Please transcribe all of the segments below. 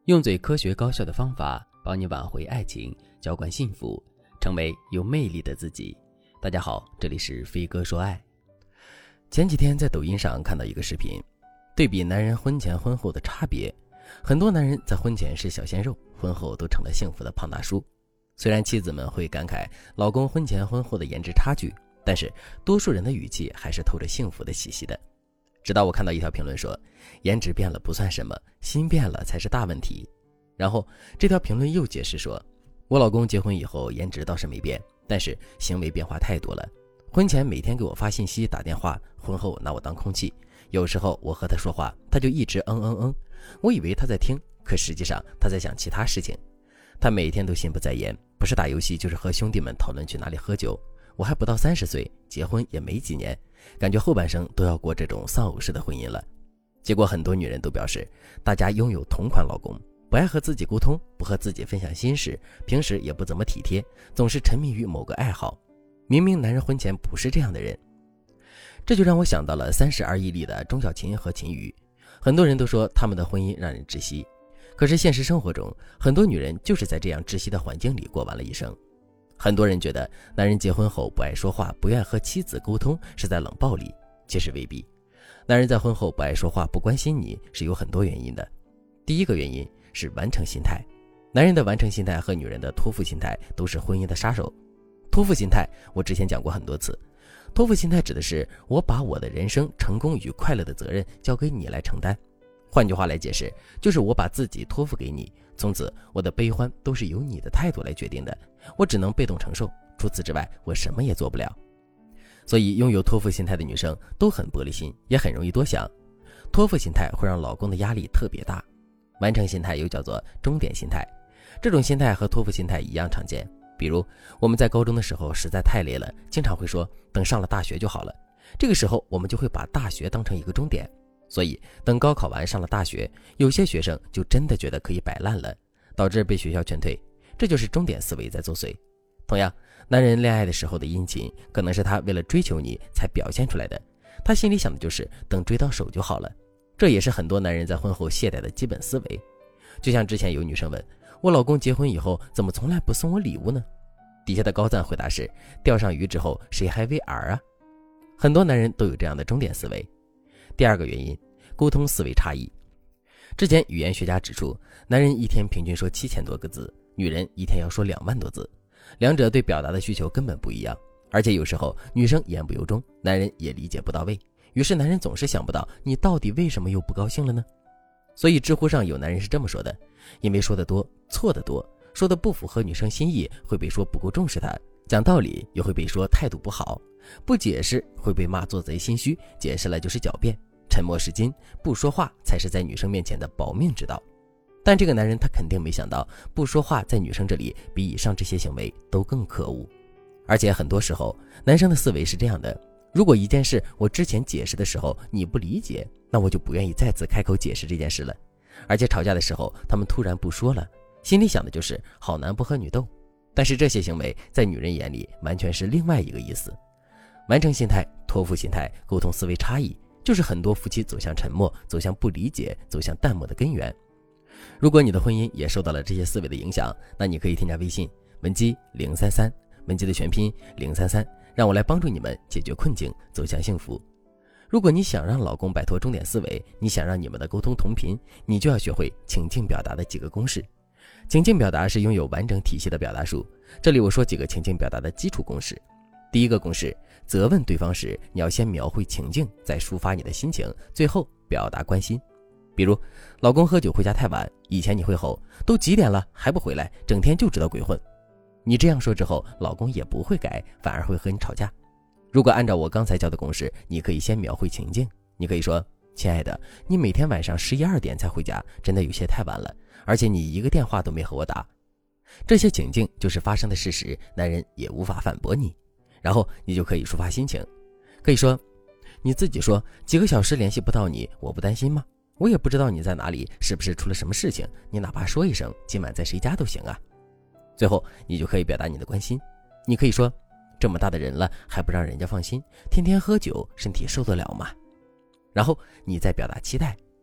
用最科学高效的方法帮你挽回爱情，浇灌幸福，成为有魅力的自己。大家好，这里是飞哥说爱。前几天在抖音上看到一个视频，对比男人婚前婚后的差别。很多男人在婚前是小鲜肉，婚后都成了幸福的胖大叔。虽然妻子们会感慨老公婚前婚后的颜值差距，但是多数人的语气还是透着幸福的气息的。直到我看到一条评论说，颜值变了不算什么，心变了才是大问题。然后这条评论又解释说，我老公结婚以后颜值倒是没变，但是行为变化太多了。婚前每天给我发信息打电话，婚后拿我当空气。有时候我和他说话，他就一直我以为他在听，可实际上他在想其他事情。他每天都心不在焉，不是打游戏就是和兄弟们讨论去哪里喝酒。我还不到30岁，结婚也没几年，感觉后半生都要过这种丧偶式的婚姻了。结果很多女人都表示，大家拥有同款老公，不爱和自己沟通，不和自己分享心事，平时也不怎么体贴，总是沉迷于某个爱好。明明男人婚前不是这样的人。这就让我想到了30而已里的钟小琴和秦瑜。很多人都说他们的婚姻让人窒息，可是现实生活中，很多女人就是在这样窒息的环境里过完了一生。很多人觉得男人结婚后不爱说话，不愿和妻子沟通是在冷暴力，其实未必。男人在婚后不爱说话，不关心你是有很多原因的。第一个原因是完成心态。男人的完成心态和女人的托付心态都是婚姻的杀手。托付心态我之前讲过很多次，托付心态指的是我把我的人生成功与快乐的责任交给你来承担。换句话来解释，就是我把自己托付给你，从此我的悲欢都是由你的态度来决定的，我只能被动承受，除此之外我什么也做不了。所以拥有托付心态的女生都很玻璃心，也很容易多想。托付心态会让老公的压力特别大。完成心态又叫做终点心态，这种心态和托付心态一样常见。比如我们在高中的时候实在太累了，经常会说等上了大学就好了，这个时候我们就会把大学当成一个终点。所以等高考完上了大学，有些学生就真的觉得可以摆烂了，导致被学校劝退，这就是终点思维在作祟。同样，男人恋爱的时候的殷勤，可能是他为了追求你才表现出来的，他心里想的就是等追到手就好了。这也是很多男人在婚后懈怠的基本思维。就像之前有女生问，我老公结婚以后怎么从来不送我礼物呢？底下的高赞回答是，钓上鱼之后谁还喂饵啊？很多男人都有这样的终点思维。第二个原因，沟通思维差异。之前语言学家指出，男人一天平均说7000多个字，女人一天要说2万多字，两者对表达的需求根本不一样。而且有时候女生言不由衷，男人也理解不到位，于是男人总是想不到你到底为什么又不高兴了呢？所以知乎上有男人是这么说的，因为说得多错得多，说的不符合女生心意会被说不够重视她，讲道理又会被说态度不好，不解释会被骂做贼心虚，解释了就是狡辩，沉默是金，不说话才是在女生面前的保命之道。但这个男人他肯定没想到，不说话在女生这里比以上这些行为都更可恶。而且很多时候男生的思维是这样的，如果一件事我之前解释的时候你不理解，那我就不愿意再次开口解释这件事了。而且吵架的时候他们突然不说了，心里想的就是好男不和女斗。但是这些行为在女人眼里完全是另外一个意思。完成心态、托付心态、沟通思维差异，就是很多夫妻走向沉默、走向不理解、走向淡漠的根源。如果你的婚姻也受到了这些思维的影响，那你可以添加微信文姬033，文姬的全拼033，让我来帮助你们解决困境，走向幸福。如果你想让老公摆脱终点思维，你想让你们的沟通同频，你就要学会情境表达的几个公式。情境表达是拥有完整体系的表达术，这里我说几个情境表达的基础公式。第一个公式，责问对方时，你要先描绘情境，再抒发你的心情，最后表达关心。比如老公喝酒回家太晚，以前你会吼都几点了还不回来，整天就知道鬼混。你这样说之后，老公也不会改，反而会和你吵架。如果按照我刚才教的公式，你可以先描绘情境，你可以说，亲爱的，你每天晚上11、2点才回家，真的有些太晚了，而且你一个电话都没和我打。这些情境就是发生的事实，男人也无法反驳你。然后你就可以抒发心情，可以说，你自己说几个小时联系不到你，我不担心吗？我也不知道你在哪里，是不是出了什么事情，你哪怕说一声今晚在谁家都行啊。最后你就可以表达你的关心，你可以说，这么大的人了还不让人家放心，天天喝酒身体受得了吗？然后你再表达期待，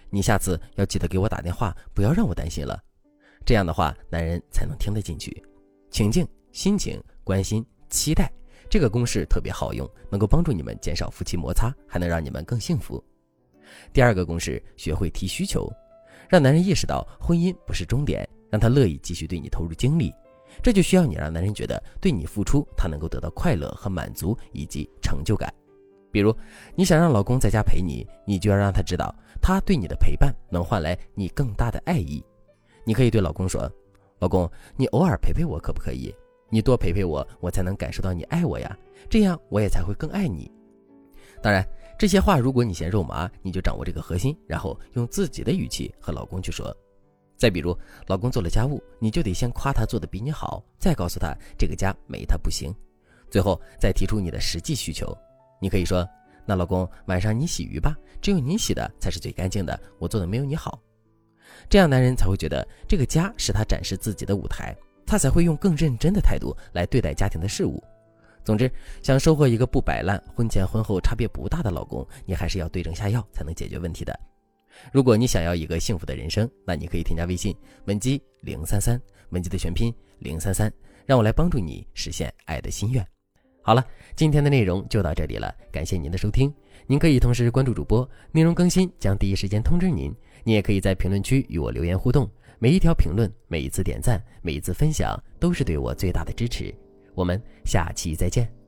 你下次要记得给我打电话，不要让我担心了。这样的话，男人才能听得进去。情境、心情、关心、期待，这个公式特别好用，能够帮助你们减少夫妻摩擦，还能让你们更幸福。第二个公式，学会提需求，让男人意识到婚姻不是终点，让他乐意继续对你投入精力。这就需要你让男人觉得对你付出，他能够得到快乐和满足以及成就感。比如你想让老公在家陪你，你就要让他知道他对你的陪伴能换来你更大的爱意。你可以对老公说，老公，你偶尔陪陪我可不可以？你多陪陪我，我才能感受到你爱我呀，这样我也才会更爱你。当然，这些话如果你嫌肉麻，你就掌握这个核心，然后用自己的语气和老公去说。再比如，老公做了家务，你就得先夸他做的比你好，再告诉他这个家没他不行，最后再提出你的实际需求。你可以说，那老公，晚上你洗鱼吧，只有你洗的才是最干净的，我做的没有你好。这样男人才会觉得这个家是他展示自己的舞台，他才会用更认真的态度来对待家庭的事物。总之，想收获一个不摆烂、婚前婚后差别不大的老公，你还是要对症下药才能解决问题的。如果你想要一个幸福的人生，那你可以添加微信文姬033，文姬的全拼033，让我来帮助你实现爱的心愿。好了，今天的内容就到这里了，感谢您的收听。您可以同时关注主播，内容更新将第一时间通知您。你也可以在评论区与我留言互动，每一条评论、每一次点赞、每一次分享都是对我最大的支持。我们下期再见。